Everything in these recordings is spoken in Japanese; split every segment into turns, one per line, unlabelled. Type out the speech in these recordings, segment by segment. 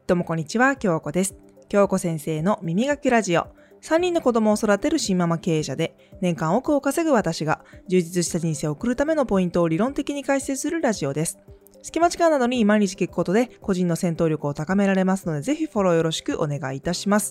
どうもこんにちは、京子です。京子先生の耳がきラジオ。3人の子供を育てる新ママ経営者で、年間億を稼ぐ私が充実した人生を送るためのポイントを理論的に解説するラジオです。隙間時間などに毎日聞くことで個人の戦闘力を高められますので、ぜひフォローよろしくお願いいたします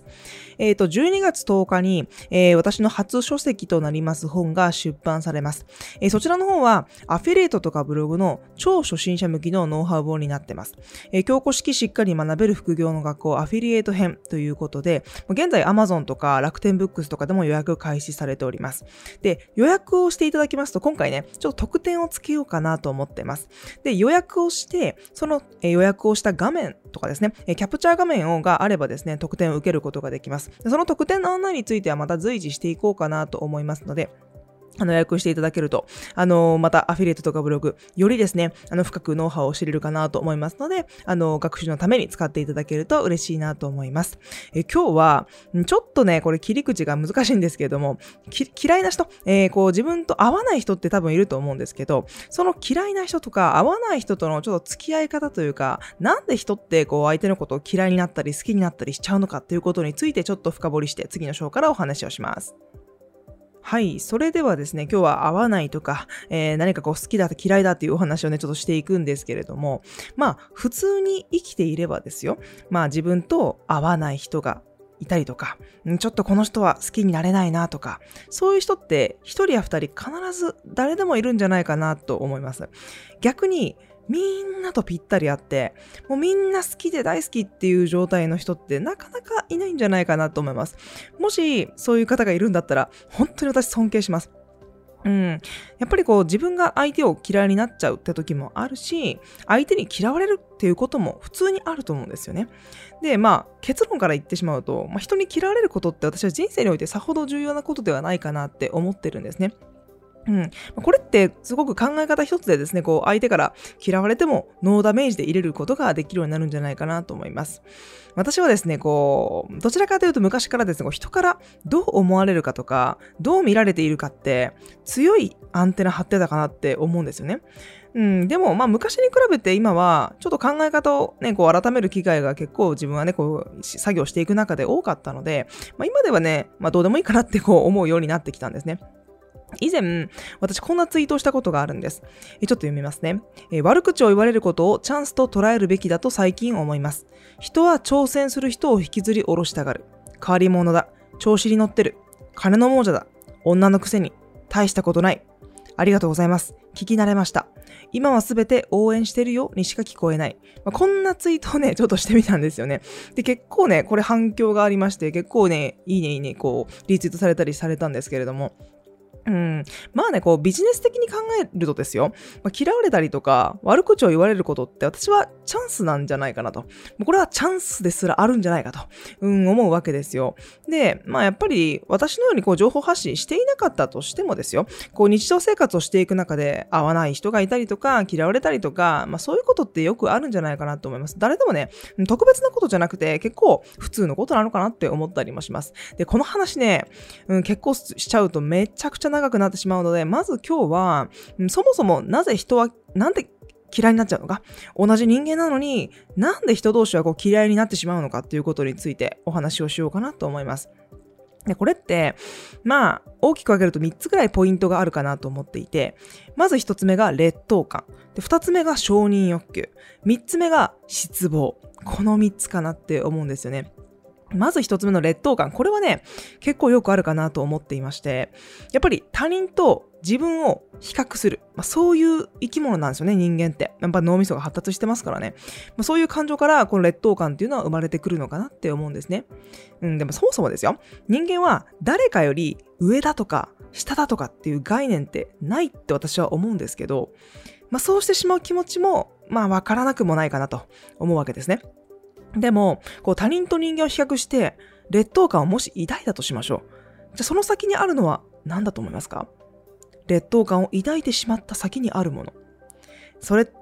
。12月10日に、私の初書籍となります本が出版されます。そちらの本はアフィリエイトとかブログの超初心者向きのノウハウ本になっています。京子式しっかり学べる副業の学校アフィリエイト編ということで、現在 Amazon とか楽天ブックスとかでも予約開始されております。で、予約をしていただきますと、今回ね、ちょっと特典をつけようかなと思っています。で、予約をして、その予約をした画面とかですね、キャプチャー画面があればですね、特典を受けることができます。その特典の案内についてはまた随時していこうかなと思いますので、予約していただけると、またアフィリエイトとかブログ、よりですね、深くノウハウを知れるかなと思いますので、学習のために使っていただけると嬉しいなと思います。今日は、ちょっとね、これ切り口が難しいんですけれども、嫌いな人、自分と合わない人って多分いると思うんですけど、その嫌いな人とか合わない人とのちょっと付き合い方というか、なんで人って相手のことを嫌いになったり好きになったりしちゃうのかっていうことについてちょっと深掘りして、次の章からお話をします。はい。それではですね、今日は合わないとか、何か好きだ嫌いだっていうお話をね、ちょっとしていくんですけれども、普通に生きていればですよ。自分と合わない人がいたりとか、ちょっとこの人は好きになれないなとか、そういう人って一人や二人必ず誰でもいるんじゃないかなと思います。逆に、みんなとぴったり合って、もうみんな好きで大好きっていう状態の人ってなかなかいないんじゃないかなと思います。もしそういう方がいるんだったら、本当に私尊敬します。やっぱり自分が相手を嫌いになっちゃうって時もあるし、相手に嫌われるっていうことも普通にあると思うんですよね。で、結論から言ってしまうと、人に嫌われることって私は人生においてさほど重要なことではないかなって思ってるんですね。これってすごく考え方一つでですね、相手から嫌われてもノーダメージで入れることができるようになるんじゃないかなと思います。私はですね、どちらかというと昔からですね、人からどう思われるかとか、どう見られているかって強いアンテナ張ってたかなって思うんですよね。でも昔に比べて今はちょっと考え方をね、改める機会が結構自分はね、作業していく中で多かったので、今ではね、どうでもいいかなって思うようになってきたんですね。以前、私こんなツイートをしたことがあるんです。ちょっと読みますね。悪口を言われることをチャンスと捉えるべきだと最近思います。人は挑戦する人を引きずり下ろしたがる。変わり者だ。調子に乗ってる。金の亡者だ。女のくせに。大したことない。ありがとうございます。聞き慣れました。今はすべて応援してるよにしか聞こえない。こんなツイートをね、ちょっとしてみたんですよね。で、結構ね、これ反響がありまして、結構ね、いいね、リツイートされたりされたんですけれども、ビジネス的に考えるとですよ、嫌われたりとか悪口を言われることって私はチャンスなんじゃないかなと。これはチャンスですらあるんじゃないかと、思うわけですよ。で、やっぱり私のように情報発信していなかったとしてもですよ、日常生活をしていく中で合わない人がいたりとか嫌われたりとか、そういうことってよくあるんじゃないかなと思います。誰でもね、特別なことじゃなくて結構普通のことなのかなって思ったりもします。で、この話ね、結構しちゃうとめちゃくちゃ長くなってしまうので、まず今日は、そもそもなぜ人はなんで嫌いになっちゃうのか、同じ人間なのになんで人同士は嫌いになってしまうのかっていうことについてお話をしようかなと思います。で、これって大きく分けると3つぐらいポイントがあるかなと思っていて、まず1つ目が劣等感で、2つ目が承認欲求、3つ目が失望。この3つかなって思うんですよね。まず一つ目の劣等感。これはね、結構よくあるかなと思っていまして、やっぱり他人と自分を比較する。そういう生き物なんですよね、人間って。やっぱ脳みそが発達してますからね。そういう感情からこの劣等感っていうのは生まれてくるのかなって思うんですね。でもそもそもですよ、人間は誰かより上だとか下だとかっていう概念ってないって私は思うんですけど、そうしてしまう気持ちも、わからなくもないかなと思うわけですね。でも、他人と人間を比較して、劣等感をもし抱いたとしましょう。じゃあその先にあるのは何だと思いますか？劣等感を抱いてしまった先にあるもの。それって、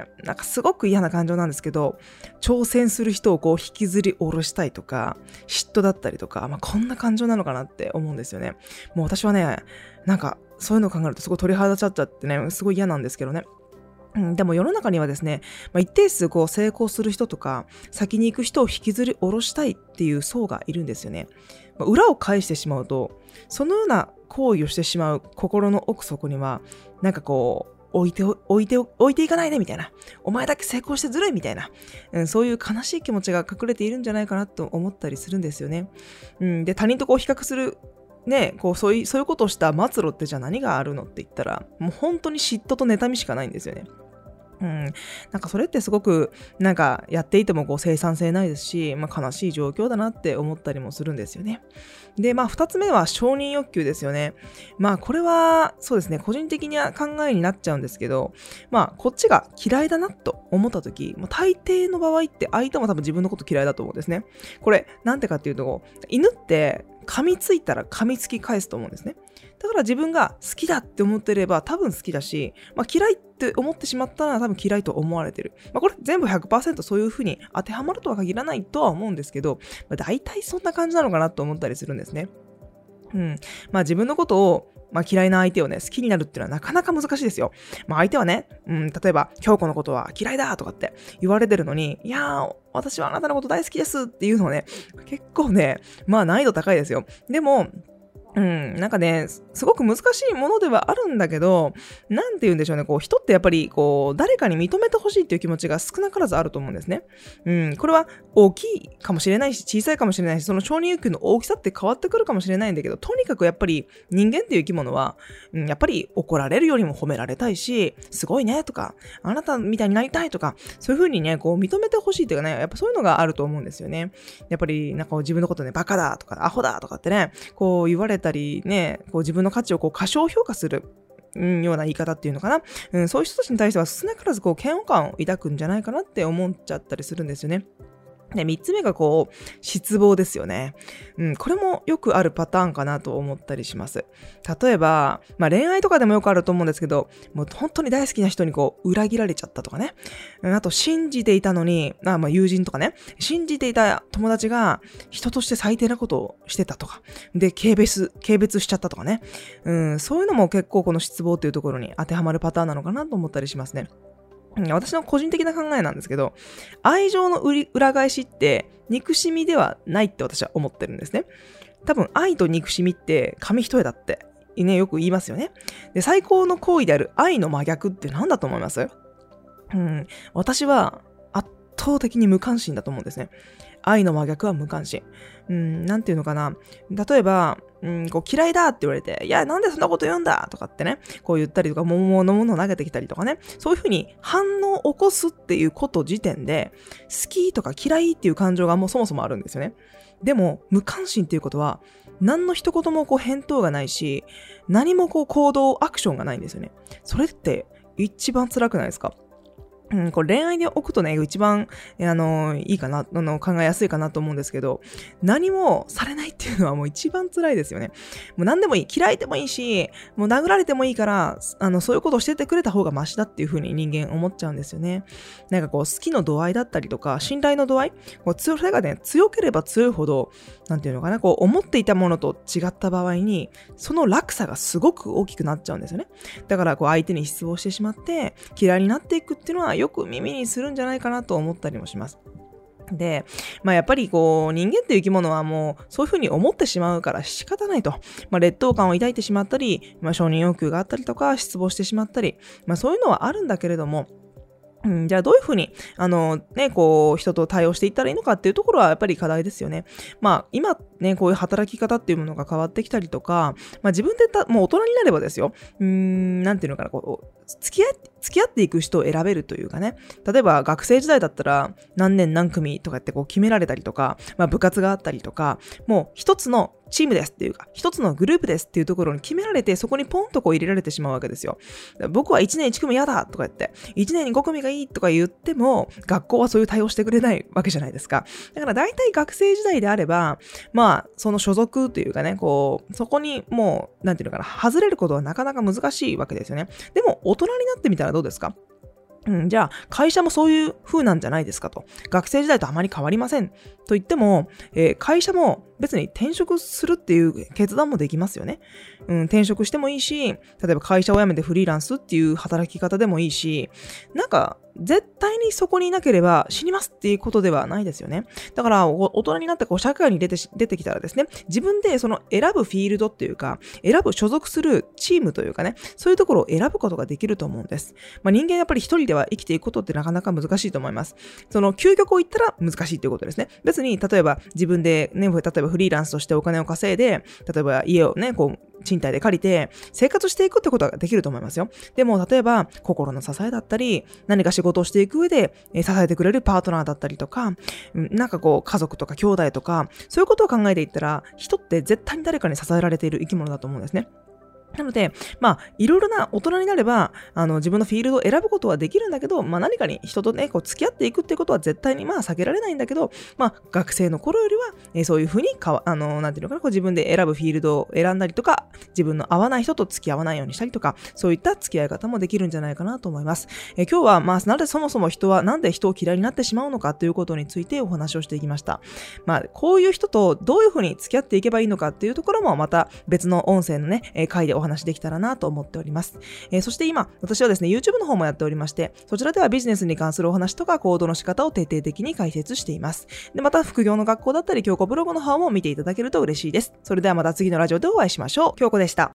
すごく嫌な感情なんですけど、挑戦する人を引きずり下ろしたいとか、嫉妬だったりとか、こんな感情なのかなって思うんですよね。もう私はね、そういうのを考えるとすごい鳥肌立っちゃってね、すごい嫌なんですけどね。 でも世の中にはですね、一定数成功する人とか、先に行く人を引きずり下ろしたいっていう層がいるんですよね。裏を返してしまうと、そのような行為をしてしまう心の奥底には、置いていかないでみたいな。お前だけ成功してずるいみたいな。そういう悲しい気持ちが隠れているんじゃないかなと思ったりするんですよね。で、他人と比較するね、そういうことをした末路ってじゃあ何があるのって言ったら、もう本当に嫉妬と妬みしかないんですよね。それってすごくやっていても生産性ないですし、悲しい状況だなって思ったりもするんですよね。で、二つ目は承認欲求ですよね。これはそうですね、個人的な考えになっちゃうんですけど、こっちが嫌いだなと思った時、大抵の場合って相手も多分自分のこと嫌いだと思うんですね。これなんてかっていうと、犬って噛みついたら噛みつき返すと思うんですね。だから自分が好きだって思ってれば多分好きだし、嫌いって思ってしまったら多分嫌いと思われてる。これ全部 100% そういう風に当てはまるとは限らないとは思うんですけど、大体そんな感じなのかなと思ったりするんですね。自分のことを嫌いな相手をね、好きになるっていうのはなかなか難しいですよ。相手はね、例えば、京子のことは嫌いだとかって言われてるのに、いやー、私はあなたのこと大好きですっていうのはね、結構ね、難易度高いですよ。でも、すごく難しいものではあるんだけど、なんて言うんでしょうね、人ってやっぱり、誰かに認めてほしいっていう気持ちが少なからずあると思うんですね。これは大きいかもしれないし、小さいかもしれないし、その承認欲求の大きさって変わってくるかもしれないんだけど、とにかくやっぱり人間っていう生き物は、やっぱり怒られるよりも褒められたいし、すごいねとか、あなたみたいになりたいとか、そういう風にね、認めてほしいっていうかね、やっぱそういうのがあると思うんですよね。やっぱり、自分のことね、バカだとか、アホだとかってね、言われたりね、自分の価値を過小評価するような言い方っていうのかな、そういう人たちに対しては少なからず嫌悪感を抱くんじゃないかなって思っちゃったりするんですよね。で、3つ目が失望ですよね。これもよくあるパターンかなと思ったりします。例えば、恋愛とかでもよくあると思うんですけど、もう本当に大好きな人に裏切られちゃったとかね。あと、信じていたのに、友人とかね、信じていた友達が人として最低なことをしてたとか。で、軽蔑しちゃったとかね。そういうのも結構この失望っていうところに当てはまるパターンなのかなと思ったりしますね。私の個人的な考えなんですけど、愛情の裏返しって憎しみではないって私は思ってるんですね。多分愛と憎しみって紙一重だってね、よく言いますよね。で、最高の行為である愛の真逆って何だと思います？私は圧倒的に無関心だと思うんですね。愛の真逆は無関心。なんていうのかな。例えば、嫌いだって言われて、いや、なんでそんなこと言うんだとかってね、言ったりとか、桃のものを投げてきたりとかね、そういうふうに反応を起こすっていうこと時点で、好きとか嫌いっていう感情がもうそもそもあるんですよね。でも、無関心っていうことは、何の一言も返答がないし、何も行動、アクションがないんですよね。それって一番辛くないですか？これ恋愛で置くとね、一番、いいかな、考えやすいかなと思うんですけど、何もされないっていうのはもう一番辛いですよね。もう何でもいい、嫌いでもいいし、もう殴られてもいいから、そういうことをしててくれた方がマシだっていう風に人間思っちゃうんですよね。好きの度合いだったりとか、信頼の度合い、それがね、強ければ強いほど、なんていうのかな、思っていたものと違った場合に、その落差がすごく大きくなっちゃうんですよね。だから相手に失望してしまって、嫌いになっていくっていうのは、よく耳にするんじゃないかなと思ったりもします。で、やっぱり人間っていう生き物はもうそういうふうに思ってしまうから仕方ないと。劣等感を抱いてしまったり、承認欲求があったりとか、失望してしまったり、そういうのはあるんだけれども、じゃあどういうふうに、人と対応していったらいいのかっていうところはやっぱり課題ですよね。今ね、こういう働き方っていうものが変わってきたりとか、自分でもう大人になればですよ。なんていうのかな、付き合っていく人を選べるというかね。例えば学生時代だったら何年何組とかって決められたりとか、部活があったりとか、もう一つのチームですっていうか、一つのグループですっていうところに決められて、そこにポンと入れられてしまうわけですよ。僕は1年1組嫌だとか言って、1年に5組がいいとか言っても、学校はそういう対応してくれないわけじゃないですか。だから大体学生時代であれば、その所属というかね、そこにもう、なんていうのかな、外れることはなかなか難しいわけですよね。でも、大人になってみたらどうですか？ じゃあ会社もそういう風なんじゃないですかと。学生時代とあまり変わりませんと言っても、会社も別に転職するっていう決断もできますよね。転職してもいいし、例えば会社を辞めてフリーランスっていう働き方でもいいし、なんか絶対にそこにいなければ死にますっていうことではないですよね。だから大人になって社会に出てきたらですね、自分でその選ぶフィールドっていうか、選ぶ所属するチームというかね、そういうところを選ぶことができると思うんです。人間やっぱり一人では生きていくことってなかなか難しいと思います。その究極を言ったら難しいということですね。別に例えば自分でね、例えばフリーランスとしてお金を稼いで、例えば家をね、賃貸で借りて生活していくってことができると思いますよ。でも例えば心の支えだったり、何か仕事をしていく上で支えてくれるパートナーだったりとか、なんか家族とか兄弟とか、そういうことを考えていったら、人って絶対に誰かに支えられている生き物だと思うんですね。なので、いろいろな大人になれば、自分のフィールドを選ぶことはできるんだけど、何かに人とね、付き合っていくってことは絶対に避けられないんだけど、学生の頃よりは、そういうふうになんていうのかな、自分で選ぶフィールドを選んだりとか、自分の合わない人と付き合わないようにしたりとか、そういった付き合い方もできるんじゃないかなと思います。今日は、なぜそもそもなんで人を嫌いになってしまうのかということについてお話をしていきました。こういう人とどういうふうに付き合っていけばいいのかっていうところも、また別の音声のね、回でお話できたらなと思っております。そして今、私はですね、YouTube の方もやっておりまして、そちらではビジネスに関するお話とか行動の仕方を徹底的に解説しています。で、また副業の学校だったり、京子ブログの方も見ていただけると嬉しいです。それではまた次のラジオでお会いしましょう。京子でした。